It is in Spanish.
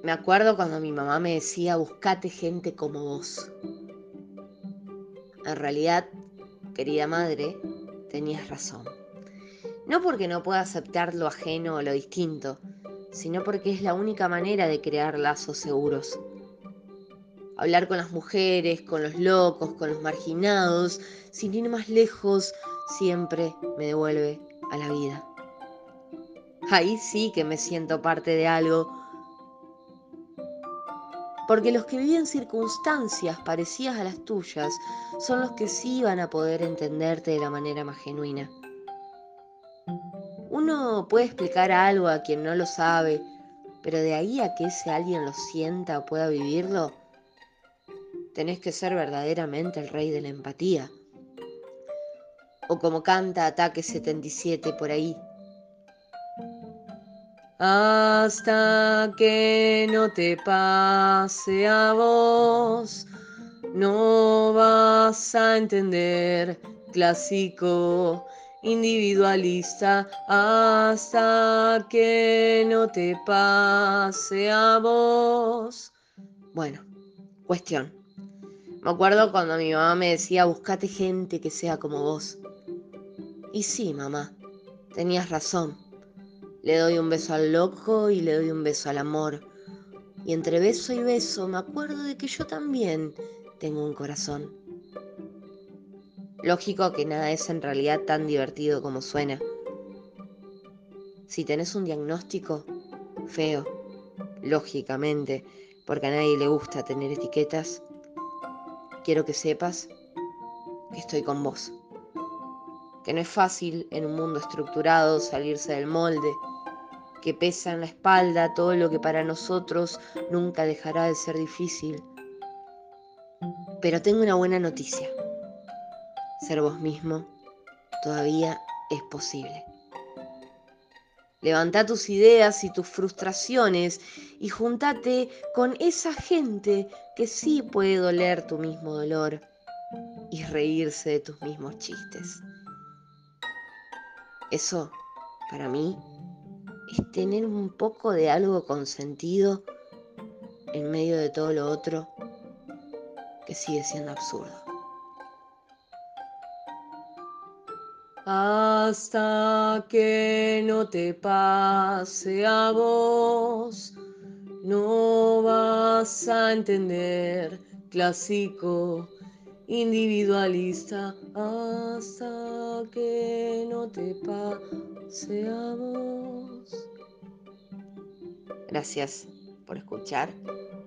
Me acuerdo cuando mi mamá me decía, buscate gente como vos. En realidad, querida madre, tenías razón. No porque no pueda aceptar lo ajeno o lo distinto, sino porque es la única manera de crear lazos seguros. Hablar con las mujeres, con los locos, con los marginados, sin ir más lejos, siempre me devuelve a la vida. Ahí sí que me siento parte de algo, porque los que viven circunstancias parecidas a las tuyas son los que sí van a poder entenderte de la manera más genuina. Uno puede explicar algo a quien no lo sabe, pero de ahí a que ese alguien lo sienta o pueda vivirlo, tenés que ser verdaderamente el rey de la empatía. O como canta Ataque 77 por ahí. Hasta que no te pase a vos, no vas a entender, clásico, individualista, hasta que no te pase a vos. Bueno, cuestión. Me acuerdo cuando mi mamá me decía, buscate gente que sea como vos. Y sí, mamá, tenías razón. Le doy un beso al loco y le doy un beso al amor. Y entre beso y beso me acuerdo de que yo también tengo un corazón. Lógico que nada es en realidad tan divertido como suena. Si tenés un diagnóstico, feo, lógicamente, porque a nadie le gusta tener etiquetas, quiero que sepas que estoy con vos. Que no es fácil en un mundo estructurado salirse del molde, que pesa en la espalda todo lo que para nosotros nunca dejará de ser difícil. Pero tengo una buena noticia. Ser vos mismo todavía es posible. Levantá tus ideas y tus frustraciones y juntate con esa gente que sí puede doler tu mismo dolor y reírse de tus mismos chistes. Eso, para mí, es tener un poco de algo con sentido en medio de todo lo otro que sigue siendo absurdo. Hasta que no te pase a vos, no vas a entender, clásico, individualista, hasta que no te pase a vos. Gracias por escuchar